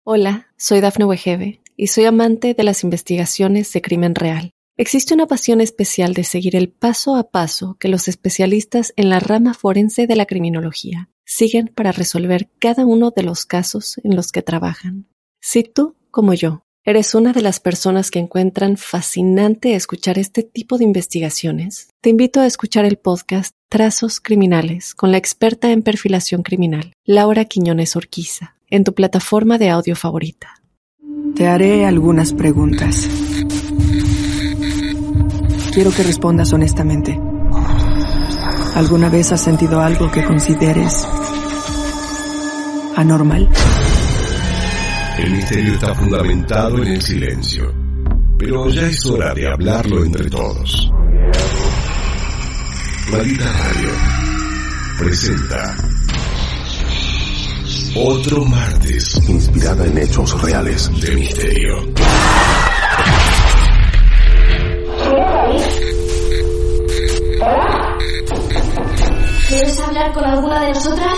Hola, soy Dafne Wegebe y soy amante de las investigaciones de crimen real. Existe una pasión especial de seguir el paso a paso que los especialistas en la rama forense de la criminología siguen para resolver cada uno de los casos en los que trabajan. Si tú, como yo, eres una de las personas que encuentran fascinante escuchar este tipo de investigaciones, te invito a escuchar el podcast Trazos Criminales con la experta en perfilación criminal, Laura Quiñones Orquiza, en tu plataforma de audio favorita. Te haré algunas preguntas. Quiero que respondas honestamente. ¿Alguna vez has sentido algo que consideres anormal? El misterio está fundamentado en el silencio, pero ya es hora de hablarlo entre todos. Maldita Radio presenta otro martes inspirada en hechos reales de misterio. ¿Quieres hablar con alguna de nosotras?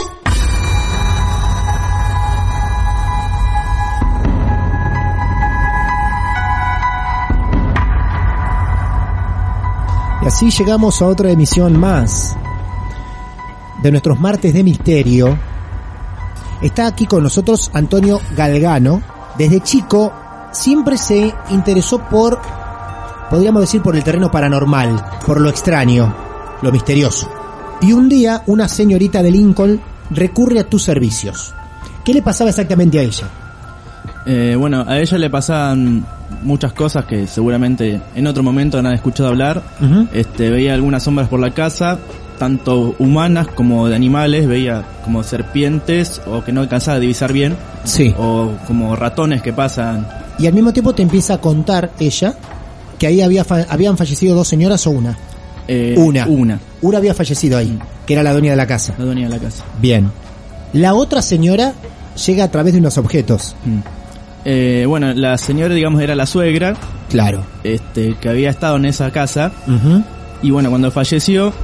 Y así llegamos a otra emisión más de nuestros martes de misterio. Está aquí con nosotros Antonio Galgano. Desde chico siempre se interesó por, podríamos decir, por el terreno paranormal, por lo extraño, lo misterioso. Y un día una señorita de Lincoln recurre a tus servicios. ¿Qué le pasaba exactamente a ella? Bueno, a ella le pasaban muchas cosas que seguramente en otro momento han escuchado hablar. Uh-huh. Veía algunas sombras por la casa, tanto humanas como de animales. Veía como serpientes o que no alcanzaba a divisar bien. Sí. O como ratones que pasan. Y al mismo tiempo te empieza a contar ella que ahí habían fallecido dos señoras o una. Una había fallecido ahí, que era la dueña de la casa. La dueña de la casa. Bien. La otra señora llega a través de unos objetos. Bueno, la señora, digamos, era la suegra. Claro. Que había estado en esa casa. Uh-huh. Y bueno, cuando falleció,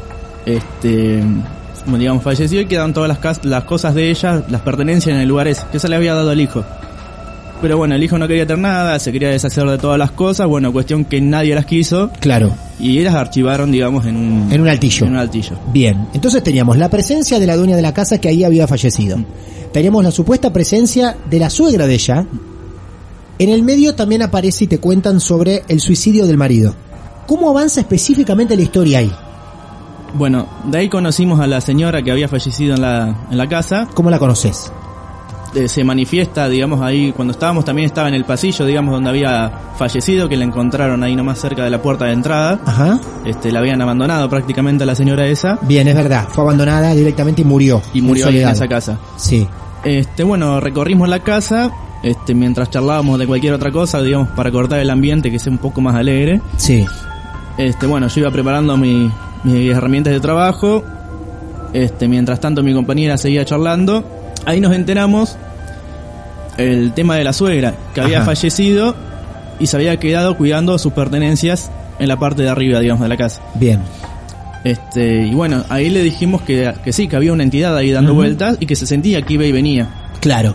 digamos, falleció y quedaron todas las cosas de ella, las pertenencias en el lugar ese, que se le había dado al hijo. Pero bueno, el hijo no quería tener nada, se quería deshacer de todas las cosas. Bueno, cuestión que nadie las quiso. Claro. Y ellas archivaron, digamos, en un altillo. En un altillo. Bien. Entonces teníamos la presencia de la dueña de la casa que ahí había fallecido. Teníamos la supuesta presencia de la suegra de ella. En el medio también aparece y te cuentan sobre el suicidio del marido. ¿Cómo avanza específicamente la historia ahí? Bueno, de ahí conocimos a la señora que había fallecido en la casa. ¿Cómo la conoces? Se manifiesta, digamos, ahí cuando estábamos, también estaba en el pasillo, digamos, donde había fallecido, que la encontraron ahí nomás cerca de la puerta de entrada. Ajá. La habían abandonado prácticamente a la señora esa. Bien, es verdad, fue abandonada directamente y murió. Y murió ahí en esa casa. Sí. Bueno, recorrimos la casa, mientras charlábamos de cualquier otra cosa, digamos, para cortar el ambiente, que sea un poco más alegre. Sí. Bueno, yo iba preparando mis herramientas de trabajo. Mientras tanto mi compañera seguía charlando. Ahí nos enteramos el tema de la suegra, que había fallecido y se había quedado cuidando sus pertenencias en la parte de arriba, digamos, de la casa. Bien. Y bueno, ahí le dijimos que sí, que había una entidad ahí dando vueltas y que se sentía que iba y venía. Claro.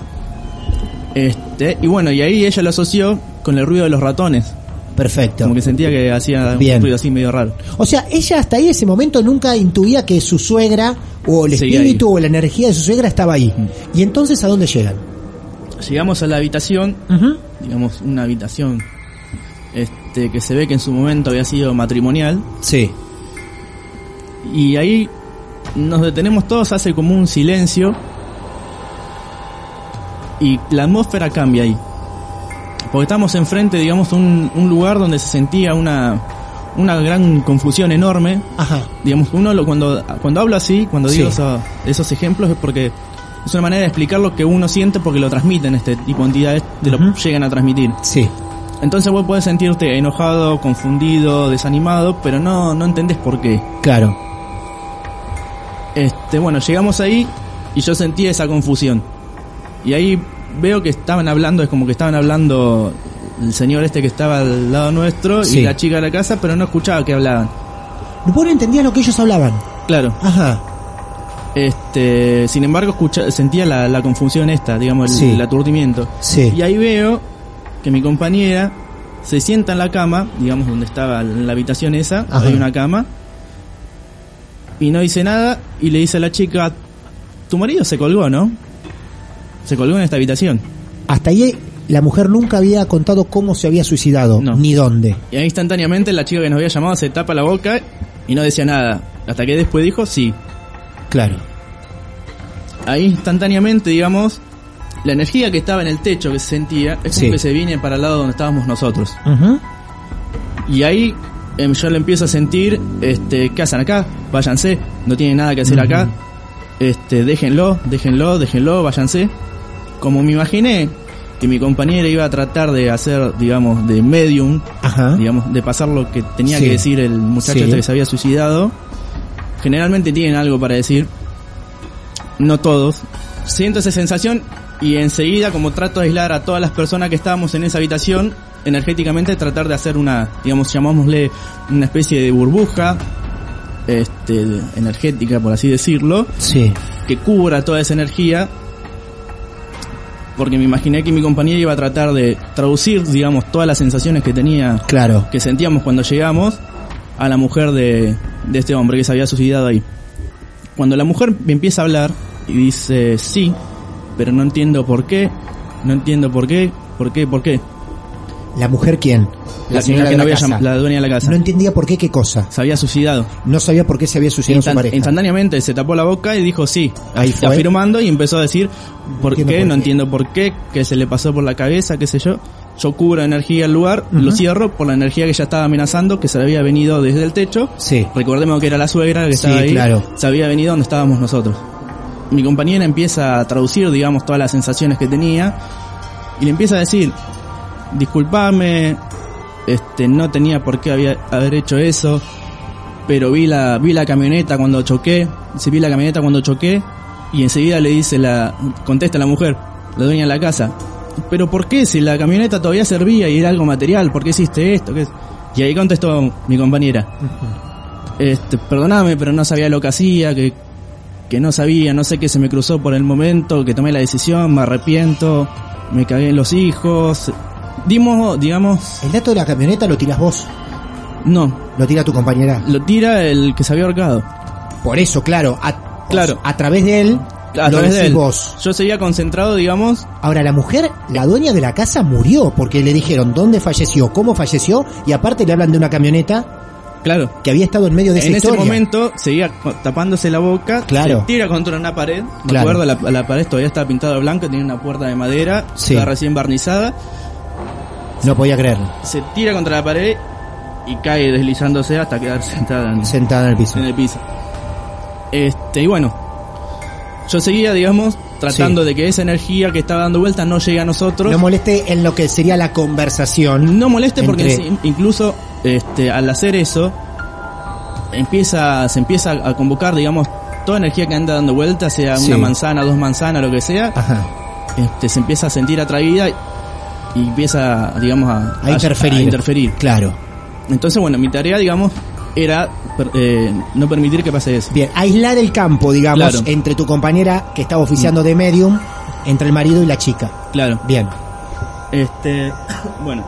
Y bueno, y ahí ella lo asoció con el ruido de los ratones. Perfecto. Como que sentía que hacía un ruido así medio raro. O sea, ella hasta ahí ese momento nunca intuía que su suegra o el espíritu o la energía de su suegra estaba ahí. ¿Y entonces a dónde llegan? Llegamos a la habitación, digamos, una habitación que se ve que en su momento había sido matrimonial. Sí. Y ahí nos detenemos todos, hace como un silencio y la atmósfera cambia ahí. Porque estamos enfrente, digamos, un lugar donde se sentía una gran confusión enorme. Ajá. Digamos, uno cuando hablo así, cuando digo esos ejemplos, es porque es una manera de explicar lo que uno siente, porque lo transmiten este tipo de entidades, lo llegan a transmitir. Sí. Entonces vos podés sentirte enojado, confundido, desanimado, pero no entendés por qué. Claro. Bueno, llegamos ahí y yo sentí esa confusión. Y ahí veo que estaban hablando, es como que estaban hablando el señor que estaba al lado nuestro y la chica de la casa, pero no escuchaba que hablaban. Vos no entendías lo que ellos hablaban. Claro. Ajá. Sin embargo, sentía la confusión esta, digamos, el aturdimiento. Sí. Y ahí veo que mi compañera se sienta en la cama, digamos, donde estaba en la habitación esa, hay una cama, y no dice nada, y le dice a la chica, tu marido se colgó, ¿no? Se colgó en esta habitación. Hasta ahí la mujer nunca había contado cómo se había suicidado, ni dónde. Y ahí instantáneamente la chica que nos había llamado se tapa la boca y no decía nada, hasta que después dijo sí. Claro. Ahí instantáneamente, digamos, la energía que estaba en el techo que se sentía es como que se viene para el lado donde estábamos nosotros. Y ahí yo le empiezo a sentir, ¿qué hacen acá? Váyanse, no tienen nada que hacer acá. Déjenlo, váyanse. Como me imaginé que mi compañera iba a tratar de hacer, digamos, de medium, digamos, de pasar lo que tenía que decir el muchacho que se había suicidado. Generalmente tienen algo para decir, no todos. Siento esa sensación y enseguida, como trato de aislar a todas las personas que estábamos en esa habitación, energéticamente tratar de hacer una, digamos, llamámosle una especie de burbuja energética, por así decirlo, que cubra toda esa energía, porque me imaginé que mi compañera iba a tratar de traducir, digamos, todas las sensaciones que tenía, que sentíamos cuando llegamos, a la mujer de este hombre que se había suicidado ahí. Cuando la mujer me empieza a hablar y dice sí, pero no entiendo por qué, ¿por qué? ¿La mujer quién? La señora que no había llamado, la dueña de la casa. No entendía por qué cosa. Se había suicidado. No sabía por qué se había suicidado su pareja. Instantáneamente se tapó la boca y dijo sí. Ahí fue. Afirmando y empezó a decir ¿por qué? No entiendo por qué, que se le pasó por la cabeza, qué sé yo. Yo cubro energía al lugar, lo cierro por la energía que ya estaba amenazando, que se le había venido desde el techo. Recordemos que era la suegra que estaba ahí. Se había venido donde estábamos nosotros. Mi compañera empieza a traducir, digamos, todas las sensaciones que tenía y le empieza a decir: disculpame, no tenía por qué haber hecho eso, pero vi la camioneta cuando choqué. Vi la camioneta cuando choqué. Y enseguida le dice contesta la mujer, la dueña de la casa: ¿pero por qué? Si la camioneta todavía servía y era algo material, ¿por qué hiciste esto? Y ahí contestó mi compañera: perdóname, pero no sabía lo que hacía, que no sabía, no sé qué se me cruzó por el momento, que tomé la decisión, me arrepiento, me cagué en los hijos. Dimos, digamos... ¿El dato de la camioneta lo tiras vos? No. ¿Lo tira tu compañera? Lo tira el que se había ahorcado. Por eso, claro. A través de él... A través de él. Vos. Yo seguía concentrado, digamos. Ahora, la mujer, la dueña de la casa, murió porque le dijeron dónde falleció, cómo falleció, y aparte le hablan de una camioneta... Claro. Que había estado en medio de esa historia. En ese momento seguía tapándose la boca, se tira contra una pared. Me acuerdo, la pared todavía estaba pintada de blanco, tenía una puerta de madera, estaba recién barnizada. No podía creerlo. Se tira contra la pared y cae deslizándose hasta quedar sentada en el piso. En el piso. Y bueno, yo seguía, digamos, tratando de que esa energía que estaba dando vuelta no llegue a nosotros. No moleste en lo que sería la conversación. No moleste porque incluso al hacer eso se empieza a convocar, digamos, toda energía que anda dando vuelta, sea una manzana, 2 manzanas, lo que sea. Se empieza a sentir atraída y empieza, digamos, a interferir. Claro. Entonces, bueno, mi tarea, digamos, era no permitir que pase eso. Bien, aislar el campo, digamos, entre tu compañera que estaba oficiando de medium, entre el marido y la chica. Claro. Bien. Bueno.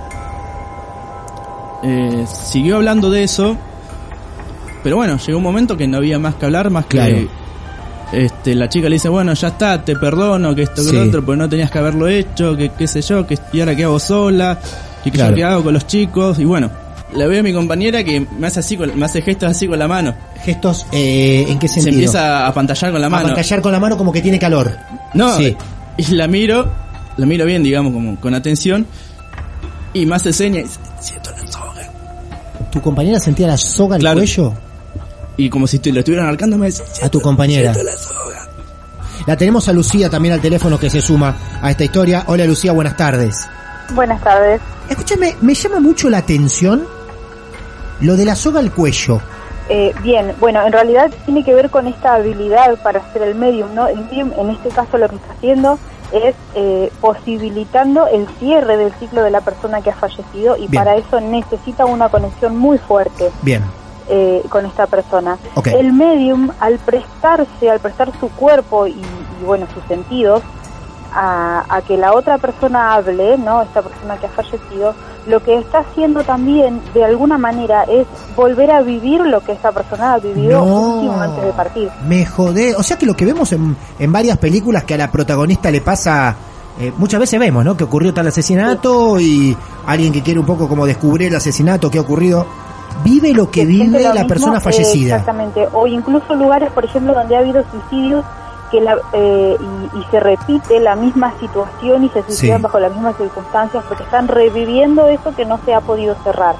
Siguió hablando de eso, pero bueno, llegó un momento que no había más que hablar, más que la chica le dice: bueno, ya está, te perdono, que esto, que lo otro, pero no tenías que haberlo hecho, que qué sé yo, y ahora qué hago sola, y qué hago con los chicos. Y bueno, la veo a mi compañera que me hace gestos así con la mano. ¿Gestos en qué sentido? Se empieza a pantallar con la mano. A pantallar con la mano como que tiene calor. No, y la miro bien, digamos, como con atención, y me hace señas y dice: siento la soga. ¿Tu compañera sentía la soga en el cuello? Y como si lo estuvieran arcando, me dice: a tu compañera. Siento la soga. La tenemos a Lucía también al teléfono, que se suma a esta historia. Hola, Lucía, buenas tardes. Buenas tardes. Escúchame, me llama mucho la atención lo de la soga al cuello. Bien, bueno, en realidad tiene que ver con esta habilidad para hacer el medium, ¿no? El medium, en este caso, lo que está haciendo es posibilitando el cierre del ciclo de la persona que ha fallecido, y para eso necesita una conexión muy fuerte. Bien. con esta persona. Okay. El medium, al prestar su cuerpo y bueno, sus sentidos a que la otra persona hable, ¿no? Esta persona que ha fallecido, lo que está haciendo también, de alguna manera, es volver a vivir lo que esta persona ha vivido último antes de partir. Me jodé. O sea que lo que vemos en varias películas que a la protagonista le pasa, muchas veces vemos, ¿no? Que ocurrió tal asesinato y alguien que quiere un poco como descubrir el asesinato que ha ocurrido, vive lo que vive la mismo, persona fallecida. Exactamente. O incluso lugares, por ejemplo, donde ha habido suicidios que y se repite la misma situación y se suicidan bajo las mismas circunstancias porque están reviviendo eso que no se ha podido cerrar.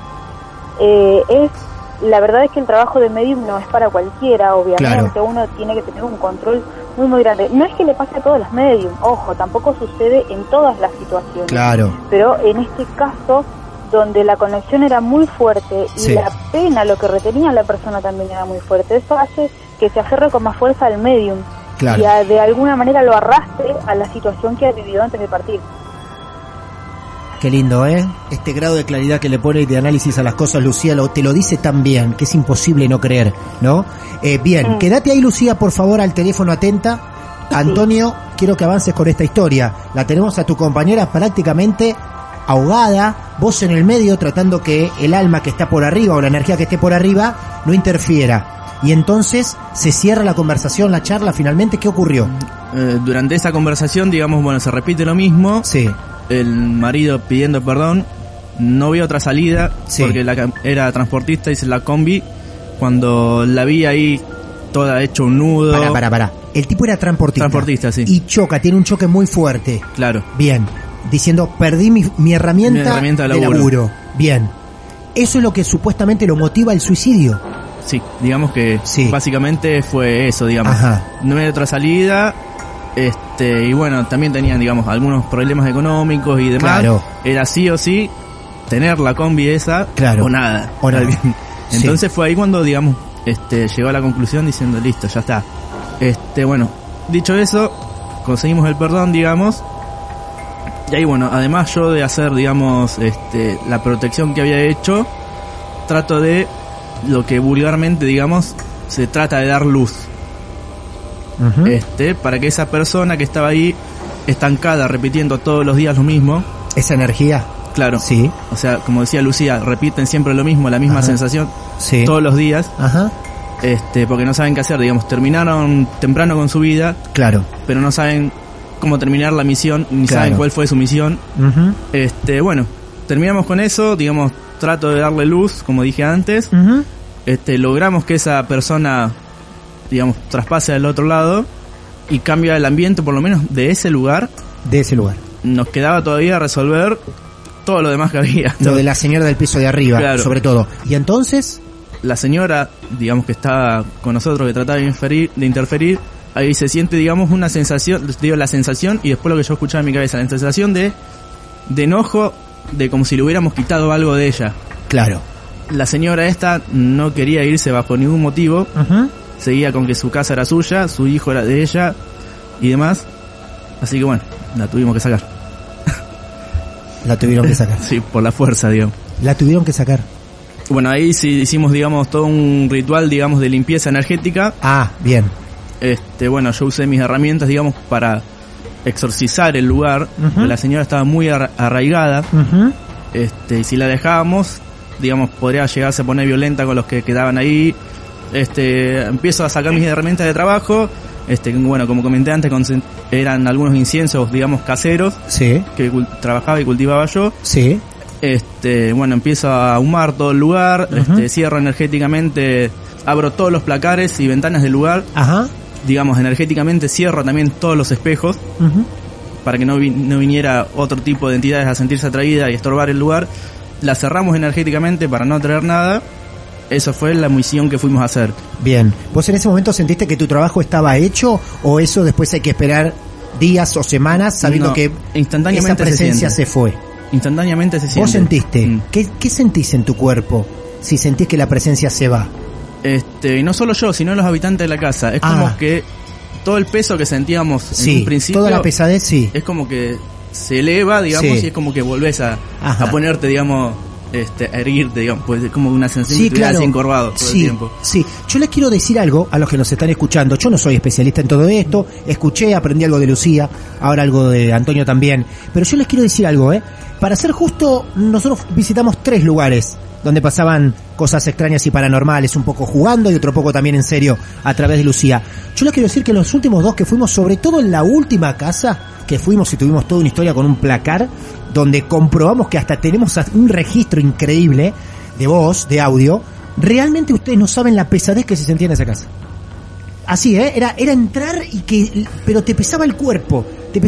La verdad es que el trabajo de medium no es para cualquiera, obviamente. Claro. Uno tiene que tener un control muy grande. No es que le pase a todos los medium, ojo, tampoco sucede en todas las situaciones. Claro. Pero en este caso, donde la conexión era muy fuerte y la pena, lo que retenía la persona también era muy fuerte, eso hace que se aferre con más fuerza al medium. Claro. Y de alguna manera lo arrastre a la situación que ha vivido antes de partir. Qué lindo, este grado de claridad que le pone y de análisis a las cosas, Lucía, te lo dice tan bien que es imposible no creer, ¿no? Bien, quédate ahí, Lucía, por favor, al teléfono, atenta. Antonio, quiero que avances con esta historia. La tenemos a tu compañera prácticamente ahogada, vos en el medio tratando que el alma que está por arriba o la energía que esté por arriba no interfiera. Y entonces se cierra la conversación, la charla, finalmente, ¿qué ocurrió? Durante esa conversación, digamos, bueno, se repite lo mismo. Sí. El marido pidiendo perdón, no vio otra salida, porque era transportista, dice la combi, cuando la vi ahí toda hecho un nudo. Pará. El tipo era transportista. Transportista, sí. Y tiene un choque muy fuerte. Claro. Bien. Diciendo, perdí mi herramienta de laburo. Bien. Eso es lo que supuestamente lo motiva el suicidio. Sí, digamos que básicamente fue eso, digamos. Ajá. No había otra salida, y bueno, también tenían, digamos, algunos problemas económicos y demás. Claro. Era sí o sí tener la combi esa, o nada. Entonces fue ahí cuando, digamos, llegó a la conclusión diciendo, listo, ya está. Bueno, dicho eso, conseguimos el perdón, digamos. Y ahí, bueno, además yo de hacer, digamos, la protección que había hecho, trato de lo que vulgarmente, digamos, se trata de dar luz. Para que esa persona que estaba ahí estancada, repitiendo todos los días lo mismo. Esa energía. Claro. Sí. O sea, como decía Lucía, repiten siempre lo mismo, la misma sensación todos los días. Ajá. Porque no saben qué hacer, digamos, terminaron temprano con su vida. Claro. Pero no saben cómo terminar la misión, ni saben cuál fue su misión. Bueno, terminamos con eso, digamos, trato de darle luz, como dije antes. Logramos que esa persona, digamos, traspase al otro lado y cambia el ambiente, por lo menos de ese lugar. Nos quedaba todavía resolver todo lo demás que había. Lo de la señora del piso de arriba, sobre todo. Y entonces, la señora, digamos, que estaba con nosotros, que trataba de interferir, ahí se siente, digamos, una sensación, la sensación, y después lo que yo escuchaba en mi cabeza, la sensación de enojo, de como si le hubiéramos quitado algo de ella. Claro. La señora esta no quería irse bajo ningún motivo. Seguía con que su casa era suya, su hijo era de ella y demás. Así que bueno, la tuvimos que sacar. La tuvieron que sacar. Sí, por la fuerza, digamos. La tuvieron que sacar. Bueno, ahí sí hicimos, digamos, todo un ritual, digamos, de limpieza energética. Ah, bien. Bueno, yo usé mis herramientas, digamos, para exorcizar el lugar. La señora estaba muy arraigada. Y si la dejábamos, digamos, podría llegarse a poner violenta con los que quedaban ahí. Empiezo a sacar mis herramientas de trabajo. Bueno, como comenté antes, eran algunos inciensos, digamos, caseros. Sí. Que trabajaba y cultivaba yo. Sí. Bueno, empiezo a ahumar todo el lugar. Cierro energéticamente, abro todos los placares y ventanas del lugar. Ajá. Digamos, energéticamente cierro también todos los espejos. Para que no viniera otro tipo de entidades a sentirse atraída y estorbar el lugar. La cerramos energéticamente para no traer nada. Eso fue la misión que fuimos a hacer. Bien. ¿Vos en ese momento sentiste que tu trabajo estaba hecho o eso después hay que esperar días o semanas sabiendo que instantáneamente esa presencia se fue? Instantáneamente se siente. ¿Vos sentiste? ¿Qué sentís en tu cuerpo si sentís que la presencia se va? Y no solo yo, sino los habitantes de la casa. Es como que todo el peso que sentíamos en un principio, toda la pesadez, es como que se eleva, digamos, y es como que volvés a ponerte, digamos, erguirte, digamos, pues como una sensación Sí, de que estuvieras claro. encorvado todo el tiempo. Sí, yo les quiero decir algo a los que nos están escuchando. Yo no soy especialista en todo esto, escuché, aprendí algo de Lucía, ahora algo de Antonio también, pero yo les quiero decir algo, para ser justo, nosotros visitamos 3 lugares donde pasaban cosas extrañas y paranormales, un poco jugando y otro poco también en serio a través de Lucía. Yo les quiero decir que los últimos 2 que fuimos, sobre todo en la última casa que fuimos y tuvimos toda una historia con un placar donde comprobamos que hasta tenemos un registro increíble de voz, de audio, realmente ustedes no saben la pesadez que se sentía en esa casa. Así, era entrar pero te pesaba el cuerpo.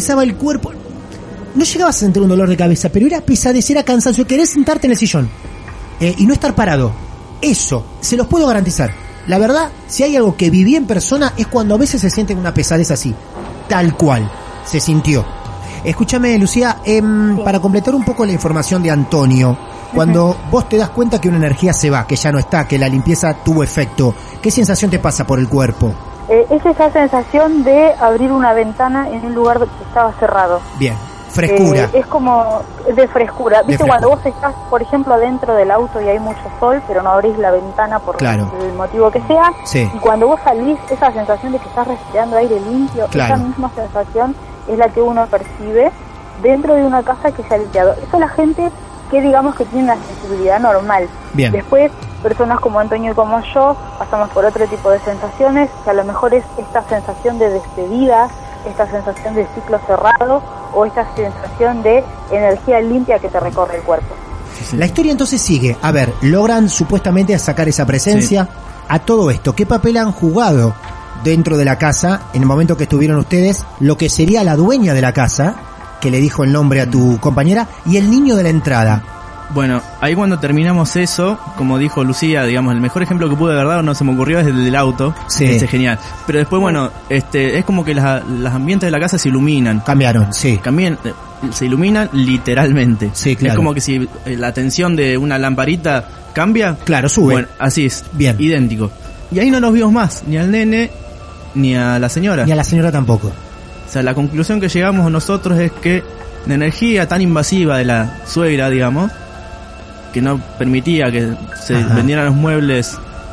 No llegabas a sentir un dolor de cabeza, pero era pesadez, era cansancio, querés sentarte en el sillón y no estar parado. Eso, se los puedo garantizar. La verdad, si hay algo que viví en persona es cuando a veces se siente una pesadez así, tal cual se sintió. Escúchame, Lucía, para completar un poco la información de Antonio, cuando vos te das cuenta que una energía se va, que ya no está, que la limpieza tuvo efecto, ¿qué sensación te pasa por el cuerpo? Es esa sensación de abrir una ventana en un lugar que estaba cerrado. Bien, frescura. Es como de frescura. ¿Viste? Cuando vos estás, por ejemplo, adentro del auto y hay mucho sol, pero no abrís la ventana por el motivo que sea, sí. Y cuando vos salís, esa sensación de que estás respirando aire limpio, esa misma sensación es la que uno percibe dentro de una casa que se ha limpiado. Eso es la gente que digamos que tiene una sensibilidad normal. Bien. Después, personas como Antonio y como yo pasamos por otro tipo de sensaciones, que a lo mejor es esta sensación de despedida, esta sensación de ciclo cerrado o esta sensación de energía limpia que te recorre el cuerpo. Sí. La historia entonces sigue. A ver, logran supuestamente sacar esa presencia. Sí. A todo esto, ¿qué papel han jugado dentro de la casa en el momento que estuvieron ustedes? Lo que sería la dueña de la casa, que le dijo el nombre a tu compañera, y el niño de la entrada. Bueno, ahí cuando terminamos eso, como dijo Lucía, digamos, el mejor ejemplo que pude haber dado no se me ocurrió es el del auto. Sí. Ese es genial. Pero después, bueno, es como que las ambientes de la casa se iluminan. Cambiaron, sí. Se iluminan literalmente. Sí, claro. Es como que si la tensión de una lamparita cambia. Claro, sube. Bueno, así es. Bien. Idéntico. Y ahí no los vimos más, ni al nene, ni a la señora. Ni a la señora tampoco. O sea, la conclusión que llegamos nosotros es que la energía tan invasiva de la suegra, digamos, que no permitía que se vendieran los muebles,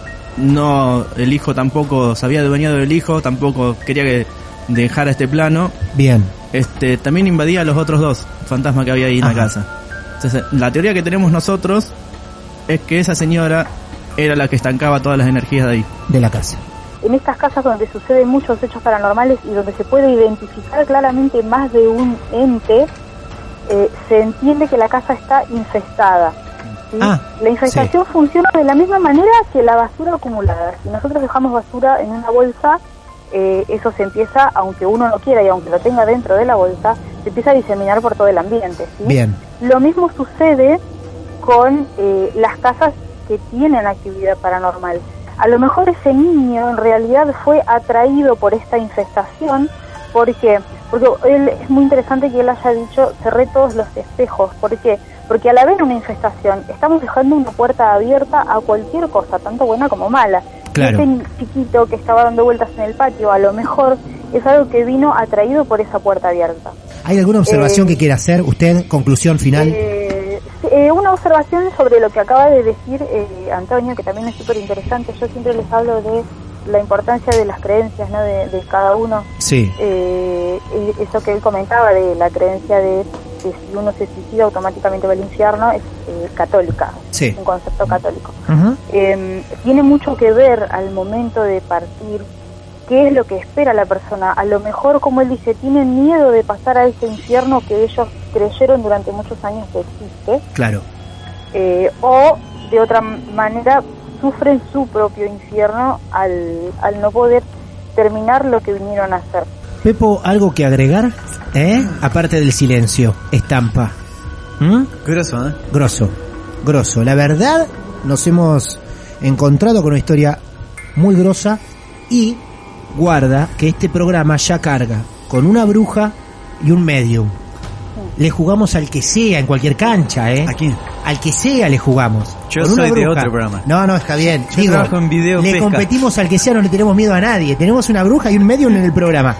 el hijo tampoco se había adueñado del hijo, tampoco quería que dejara este plano. Bien. También invadía a los otros 2 fantasmas que había ahí en la casa. Entonces, la teoría que tenemos nosotros es que esa señora era la que estancaba todas las energías de ahí. De la casa. En estas casas donde suceden muchos hechos paranormales y donde se puede identificar claramente más de un ente, se entiende que la casa está infestada. ¿Sí? La infestación funciona de la misma manera que la basura acumulada. Si nosotros dejamos basura en una bolsa, eso se empieza, aunque uno no quiera y aunque lo tenga dentro de la bolsa, se empieza a diseminar por todo el ambiente. ¿Sí? Bien. Lo mismo sucede con las casas que tienen actividad paranormal. A lo mejor ese niño en realidad fue atraído por esta infestación. ¿Por qué? Porque es muy interesante que él haya dicho cerré todos los espejos. ¿Por qué? Porque al haber una infestación estamos dejando una puerta abierta a cualquier cosa, tanto buena como mala. Claro. Ese chiquito que estaba dando vueltas en el patio a lo mejor es algo que vino atraído por esa puerta abierta. ¿Hay alguna observación que quiera hacer usted? Conclusión final. Una observación sobre lo que acaba de decir Antonio, que también es súper interesante. Yo siempre les hablo de la importancia de las creencias, ¿no? de cada uno. Sí. Eso que él comentaba de la creencia de que si uno se suicida automáticamente va al infierno es católica. Sí. Es un concepto católico. Tiene mucho que ver al momento de partir qué es lo que espera la persona. A lo mejor, como él dice, tienen miedo de pasar a ese infierno que ellos creyeron durante muchos años que existe. Claro. O de otra manera sufren su propio infierno al no poder terminar lo que vinieron a hacer. Pepo, ¿algo que agregar? Aparte del silencio, estampa. Grosso, Grosso. La verdad, nos hemos encontrado con una historia muy grosa y guarda que este programa ya carga con una bruja y un medium. Le jugamos al que sea en cualquier cancha, ¿A quién? Al que sea le jugamos. Yo soy de otro programa. No, está bien. Yo trabajo en video le pesca. Competimos al que sea, no le tenemos miedo a nadie. Tenemos una bruja y un medium en el programa.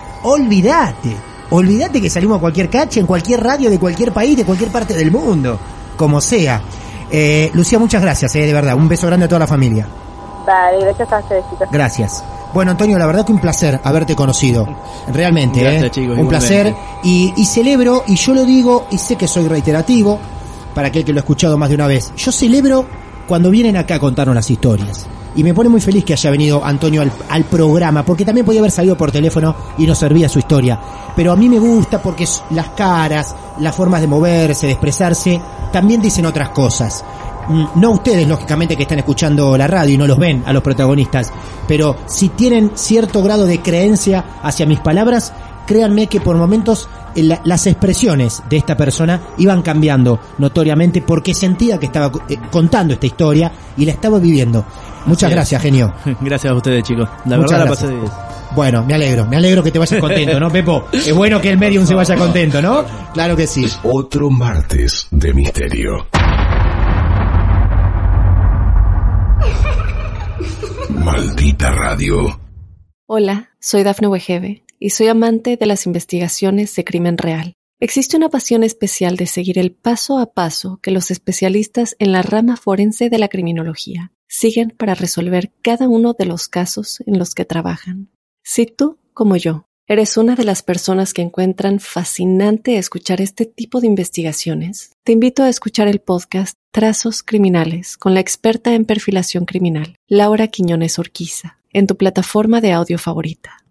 Olvídate que salimos a cualquier cancha, en cualquier radio de cualquier país, de cualquier parte del mundo. Como sea. Lucía, muchas gracias, de verdad. Un beso grande a toda la familia. Dale, gracias a ustedes, chicos. Gracias. Bueno, Antonio, la verdad que un placer haberte conocido. Realmente, gracias, chicos, un placer. Y celebro, y yo lo digo, y sé que soy reiterativo, para aquel que lo ha escuchado más de una vez. Yo celebro cuando vienen acá a contarnos las historias. Y me pone muy feliz que haya venido Antonio al programa, porque también podía haber salido por teléfono y nos servía su historia. Pero a mí me gusta porque las caras, las formas de moverse, de expresarse, también dicen otras cosas. No ustedes, lógicamente, que están escuchando la radio y no los ven a los protagonistas, pero si tienen cierto grado de creencia hacia mis palabras, créanme que por momentos las expresiones de esta persona iban cambiando notoriamente porque sentía que estaba contando esta historia y la estaba viviendo. Muchas gracias, genio. Gracias a ustedes, chicos. La Muchas verdad gracias. la pasé bien. Bueno, me alegro que te vayas contento, ¿no, Pepo? Es bueno que el medium se vaya contento, ¿no? Claro que sí. Otro martes de misterio. Maldita radio. Hola, soy Dafne Wegebe y soy amante de las investigaciones de crimen real. Existe una pasión especial de seguir el paso a paso que los especialistas en la rama forense de la criminología siguen para resolver cada uno de los casos en los que trabajan. Si tú, como yo, eres una de las personas que encuentran fascinante escuchar este tipo de investigaciones, te invito a escuchar el podcast Trazos Criminales con la experta en perfilación criminal, Laura Quiñones Urquiza, en tu plataforma de audio favorita.